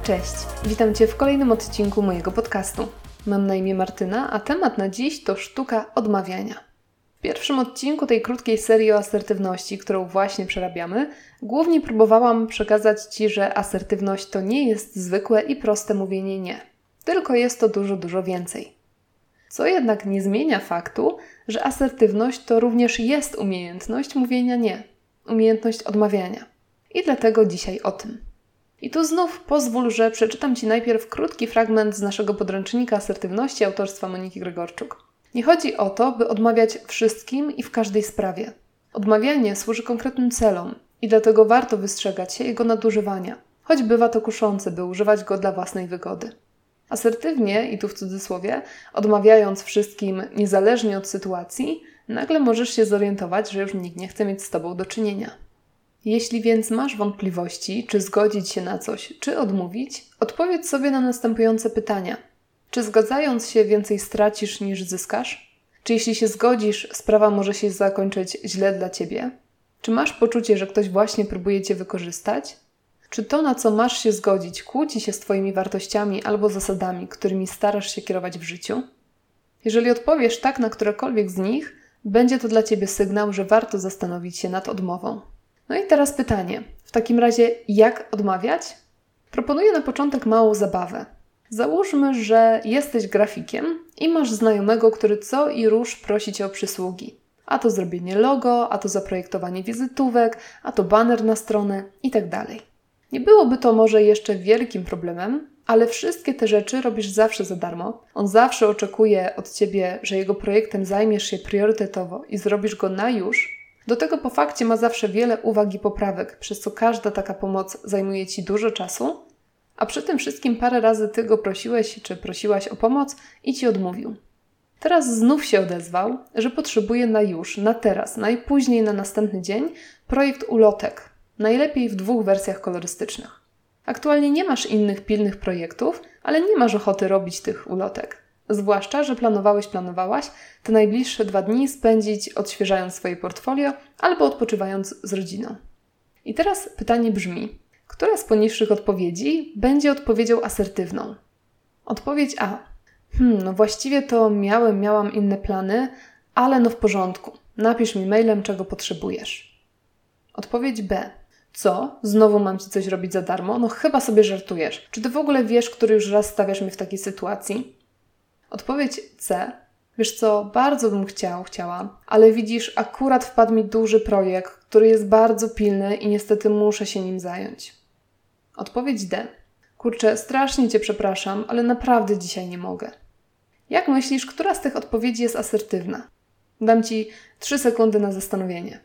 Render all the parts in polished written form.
Cześć, witam Cię w kolejnym odcinku mojego podcastu. Mam na imię Martyna, a temat na dziś to sztuka odmawiania. W pierwszym odcinku tej krótkiej serii o asertywności, którą właśnie przerabiamy, głównie próbowałam przekazać Ci, że asertywność to nie jest zwykłe i proste mówienie nie, tylko jest to dużo więcej. Co jednak nie zmienia faktu, że asertywność to również jest umiejętność mówienia nie, umiejętność odmawiania. I dlatego dzisiaj o tym. I tu znów pozwól, że przeczytam Ci najpierw krótki fragment z naszego podręcznika asertywności autorstwa Moniki Gregorczuk. Nie chodzi o to, by odmawiać wszystkim i w każdej sprawie. Odmawianie służy konkretnym celom i dlatego warto wystrzegać się jego nadużywania, choć bywa to kuszące, by używać go dla własnej wygody. Asertywnie, i tu w cudzysłowie, odmawiając wszystkim niezależnie od sytuacji, nagle możesz się zorientować, że już nikt nie chce mieć z Tobą do czynienia. Jeśli więc masz wątpliwości, czy zgodzić się na coś, czy odmówić, odpowiedz sobie na następujące pytania. Czy zgadzając się więcej stracisz niż zyskasz? Czy jeśli się zgodzisz, sprawa może się zakończyć źle dla Ciebie? Czy masz poczucie, że ktoś właśnie próbuje Cię wykorzystać? Czy to, na co masz się zgodzić, kłóci się z Twoimi wartościami albo zasadami, którymi starasz się kierować w życiu? Jeżeli odpowiesz tak na którekolwiek z nich, będzie to dla Ciebie sygnał, że warto zastanowić się nad odmową. No i teraz pytanie. W takim razie, jak odmawiać? Proponuję na początek małą zabawę. Załóżmy, że jesteś grafikiem i masz znajomego, który co i róż prosi Cię o przysługi. A to zrobienie logo, a to zaprojektowanie wizytówek, a to baner na stronę itd. Nie byłoby to może jeszcze wielkim problemem, ale wszystkie te rzeczy robisz zawsze za darmo. On zawsze oczekuje od Ciebie, że jego projektem zajmiesz się priorytetowo i zrobisz go na już. Do tego po fakcie ma zawsze wiele uwag i poprawek, przez co każda taka pomoc zajmuje Ci dużo czasu, a przy tym wszystkim parę razy Ty go prosiłeś czy prosiłaś o pomoc i Ci odmówił. Teraz znów się odezwał, że potrzebuje na już, na teraz, najpóźniej na następny dzień projekt ulotek, najlepiej w 2 wersjach kolorystycznych. Aktualnie nie masz innych pilnych projektów, ale nie masz ochoty robić tych ulotek. Zwłaszcza, że planowałaś te najbliższe 2 dni spędzić odświeżając swoje portfolio albo odpoczywając z rodziną. I teraz pytanie brzmi, która z poniższych odpowiedzi będzie odpowiedzią asertywną? Odpowiedź A. Właściwie to miałam inne plany, ale w porządku. Napisz mi mailem, czego potrzebujesz. Odpowiedź B. Co? Znowu mam Ci coś robić za darmo? Chyba sobie żartujesz. Czy Ty w ogóle wiesz, który już raz stawiasz mnie w takiej sytuacji? Odpowiedź C. Wiesz co, bardzo bym chciała, ale widzisz, akurat wpadł mi duży projekt, który jest bardzo pilny i niestety muszę się nim zająć. Odpowiedź D. Kurczę, strasznie Cię przepraszam, ale naprawdę dzisiaj nie mogę. Jak myślisz, która z tych odpowiedzi jest asertywna? Dam Ci 3 sekundy na zastanowienie.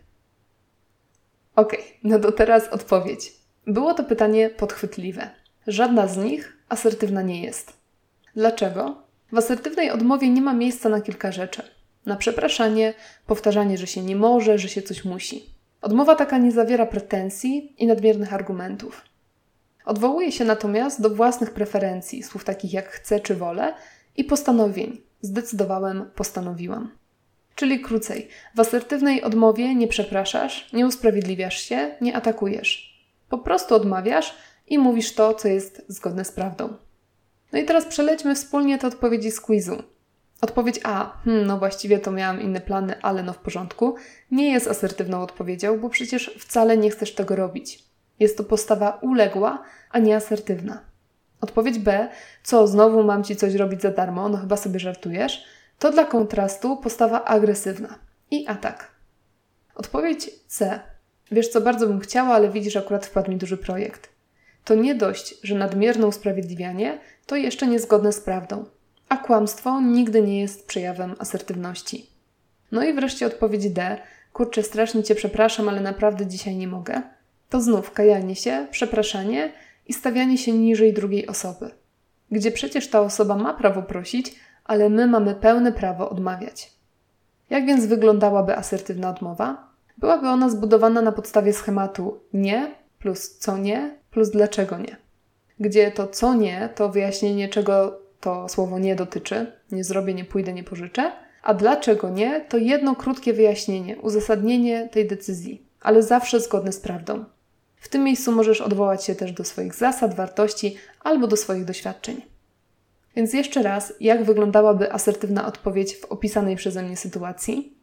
To teraz odpowiedź. Było to pytanie podchwytliwe. Żadna z nich asertywna nie jest. Dlaczego? W asertywnej odmowie nie ma miejsca na kilka rzeczy. Na przepraszanie, powtarzanie, że się nie może, że się coś musi. Odmowa taka nie zawiera pretensji i nadmiernych argumentów. Odwołuje się natomiast do własnych preferencji, słów takich jak chcę czy wolę i postanowień. Zdecydowałem, postanowiłam. Czyli krócej, w asertywnej odmowie nie przepraszasz, nie usprawiedliwiasz się, nie atakujesz. Po prostu odmawiasz i mówisz to, co jest zgodne z prawdą. No i teraz przelećmy wspólnie te odpowiedzi z quizu. Odpowiedź A. Właściwie to miałam inne plany, ale w porządku. Nie jest asertywną odpowiedzią, bo przecież wcale nie chcesz tego robić. Jest to postawa uległa, a nie asertywna. Odpowiedź B. Co, znowu mam Ci coś robić za darmo? Chyba sobie żartujesz. To dla kontrastu postawa agresywna i atak. Odpowiedź C. Wiesz co, bardzo bym chciała, ale widzisz, akurat wpadł mi duży projekt. To nie dość, że nadmierne usprawiedliwianie to jeszcze niezgodne z prawdą, a kłamstwo nigdy nie jest przejawem asertywności. No i wreszcie odpowiedź D. Kurczę, strasznie Cię przepraszam, ale naprawdę dzisiaj nie mogę. To znów kajanie się, przepraszanie i stawianie się niżej drugiej osoby. Gdzie przecież ta osoba ma prawo prosić, ale my mamy pełne prawo odmawiać. Jak więc wyglądałaby asertywna odmowa? Byłaby ona zbudowana na podstawie schematu nie plus co nie plus dlaczego nie. Gdzie to co nie to wyjaśnienie, czego to słowo nie dotyczy, nie zrobię, nie pójdę, nie pożyczę, a dlaczego nie to jedno krótkie wyjaśnienie, uzasadnienie tej decyzji, ale zawsze zgodne z prawdą. W tym miejscu możesz odwołać się też do swoich zasad, wartości albo do swoich doświadczeń. Więc jeszcze raz, jak wyglądałaby asertywna odpowiedź w opisanej przeze mnie sytuacji?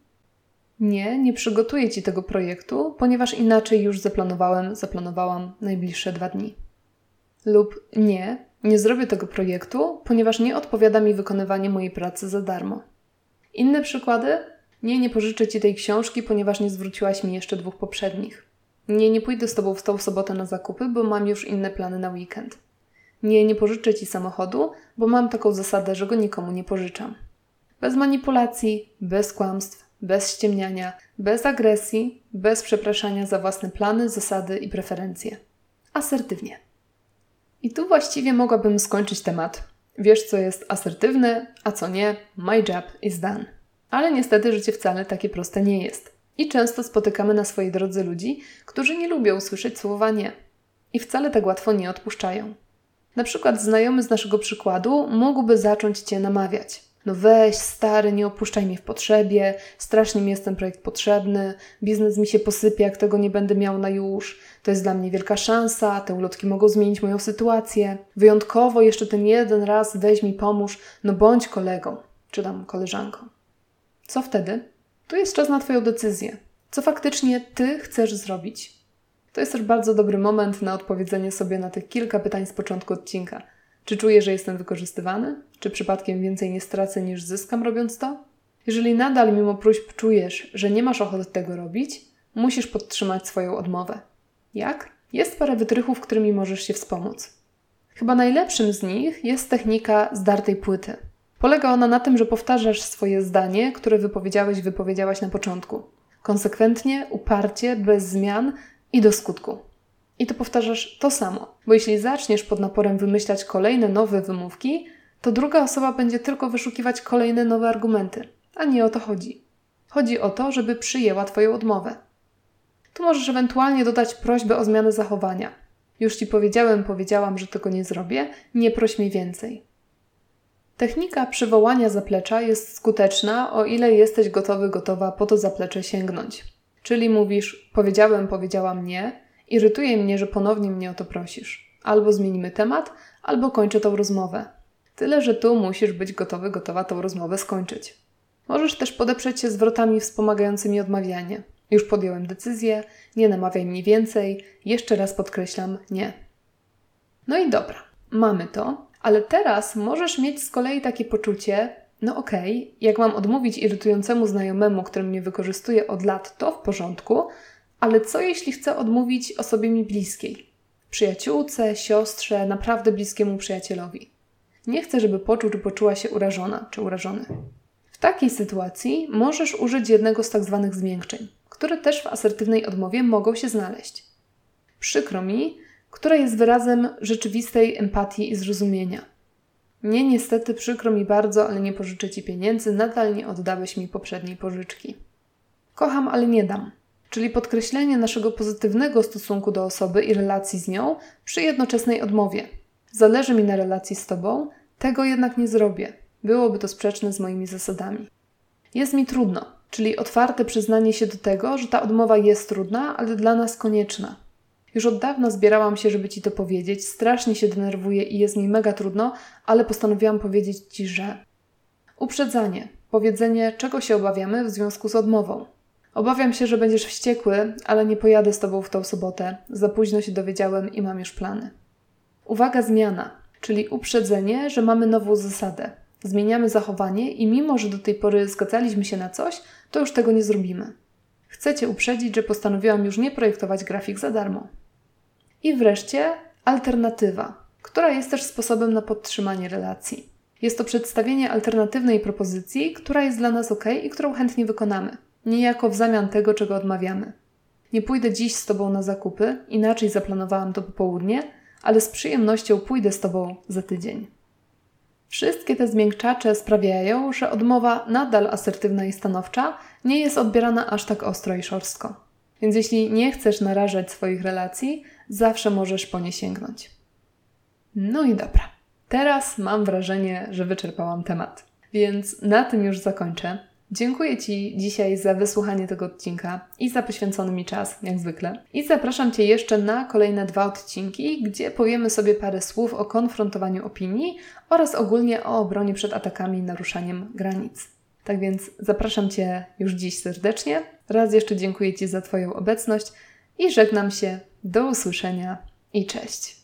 Nie przygotuję Ci tego projektu, ponieważ inaczej już zaplanowałam najbliższe 2 dni. Lub nie zrobię tego projektu, ponieważ nie odpowiada mi wykonywanie mojej pracy za darmo. Inne przykłady? Nie pożyczę Ci tej książki, ponieważ nie zwróciłaś mi jeszcze 2 poprzednich. Nie pójdę z Tobą w tą sobotę na zakupy, bo mam już inne plany na weekend. Nie pożyczę Ci samochodu, bo mam taką zasadę, że go nikomu nie pożyczam. Bez manipulacji, bez kłamstw, bez ściemniania, bez agresji, bez przepraszania za własne plany, zasady i preferencje. Asertywnie. I tu właściwie mogłabym skończyć temat. Wiesz, co jest asertywne, a co nie. My job is done. Ale niestety życie wcale takie proste nie jest. I często spotykamy na swojej drodze ludzi, którzy nie lubią usłyszeć słowa nie. I wcale tak łatwo nie odpuszczają. Na przykład znajomy z naszego przykładu mógłby zacząć Cię namawiać. No weź, stary, nie opuszczaj mnie w potrzebie, strasznie mi jest ten projekt potrzebny, biznes mi się posypie, jak tego nie będę miał na już, to jest dla mnie wielka szansa, te ulotki mogą zmienić moją sytuację, wyjątkowo jeszcze ten jeden raz weź mi pomóż, no bądź kolegą, czy tam koleżanką. Co wtedy? Tu jest czas na Twoją decyzję. Co faktycznie Ty chcesz zrobić? To jest też bardzo dobry moment na odpowiedzenie sobie na tych kilka pytań z początku odcinka. Czy czuję, że jestem wykorzystywany? Czy przypadkiem więcej nie stracę niż zyskam robiąc to? Jeżeli nadal mimo próśb czujesz, że nie masz ochoty tego robić, musisz podtrzymać swoją odmowę. Jak? Jest parę wytrychów, którymi możesz się wspomóc. Chyba najlepszym z nich jest technika zdartej płyty. Polega ona na tym, że powtarzasz swoje zdanie, które wypowiedziałaś na początku. Konsekwentnie, uparcie, bez zmian i do skutku. I to powtarzasz to samo, bo jeśli zaczniesz pod naporem wymyślać kolejne nowe wymówki, to druga osoba będzie tylko wyszukiwać kolejne nowe argumenty, a nie o to chodzi. Chodzi o to, żeby przyjęła Twoją odmowę. Tu możesz ewentualnie dodać prośbę o zmianę zachowania. Już Ci powiedziałam, że tego nie zrobię, nie proś mnie więcej. Technika przywołania zaplecza jest skuteczna, o ile jesteś gotowa po to zaplecze sięgnąć. Czyli mówisz, powiedziałam nie, irytuje mnie, że ponownie mnie o to prosisz. Albo zmienimy temat, albo kończę tą rozmowę. Tyle, że tu musisz być gotowa tą rozmowę skończyć. Możesz też podeprzeć się zwrotami wspomagającymi odmawianie. Już podjąłem decyzję, nie namawiaj mnie więcej, jeszcze raz podkreślam nie. No i dobra, mamy to, ale teraz możesz mieć z kolei takie poczucie, no okej, jak mam odmówić irytującemu znajomemu, który mnie wykorzystuje od lat, to w porządku, ale co jeśli chcę odmówić osobie mi bliskiej? Przyjaciółce, siostrze, naprawdę bliskiemu przyjacielowi. Nie chcę, żeby poczuł czy poczuła się urażona czy urażony. W takiej sytuacji możesz użyć jednego z tak zwanych zmiękczeń, które też w asertywnej odmowie mogą się znaleźć. Przykro mi, które jest wyrazem rzeczywistej empatii i zrozumienia. Nie, niestety, przykro mi bardzo, ale nie pożyczę Ci pieniędzy, nadal nie oddałeś mi poprzedniej pożyczki. Kocham, ale nie dam. Czyli podkreślenie naszego pozytywnego stosunku do osoby i relacji z nią przy jednoczesnej odmowie. Zależy mi na relacji z Tobą, tego jednak nie zrobię. Byłoby to sprzeczne z moimi zasadami. Jest mi trudno, czyli otwarte przyznanie się do tego, że ta odmowa jest trudna, ale dla nas konieczna. Już od dawna zbierałam się, żeby Ci to powiedzieć, strasznie się denerwuję i jest mi mega trudno, ale postanowiłam powiedzieć Ci, że... Uprzedzanie, powiedzenie, czego się obawiamy w związku z odmową. Obawiam się, że będziesz wściekły, ale nie pojadę z Tobą w tą sobotę. Za późno się dowiedziałem i mam już plany. Uwaga, zmiana, czyli uprzedzenie, że mamy nową zasadę. Zmieniamy zachowanie i mimo, że do tej pory zgadzaliśmy się na coś, to już tego nie zrobimy. Chcę Cię uprzedzić, że postanowiłam już nie projektować grafik za darmo. I wreszcie alternatywa, która jest też sposobem na podtrzymanie relacji. Jest to przedstawienie alternatywnej propozycji, która jest dla nas ok i którą chętnie wykonamy. Niejako w zamian tego, czego odmawiamy. Nie pójdę dziś z Tobą na zakupy, inaczej zaplanowałam to popołudnie, ale z przyjemnością pójdę z Tobą za tydzień. Wszystkie te zmiękczacze sprawiają, że odmowa nadal asertywna i stanowcza nie jest odbierana aż tak ostro i szorstko. Więc jeśli nie chcesz narażać swoich relacji, zawsze możesz po nie sięgnąć. No i dobra. Teraz mam wrażenie, że wyczerpałam temat. Więc na tym już zakończę. Dziękuję Ci dzisiaj za wysłuchanie tego odcinka i za poświęcony mi czas, jak zwykle. I zapraszam Cię jeszcze na kolejne 2 odcinki, gdzie powiemy sobie parę słów o konfrontowaniu opinii oraz ogólnie o obronie przed atakami i naruszaniem granic. Tak więc zapraszam Cię już dziś serdecznie. Raz jeszcze dziękuję Ci za Twoją obecność i żegnam się. Do usłyszenia i cześć.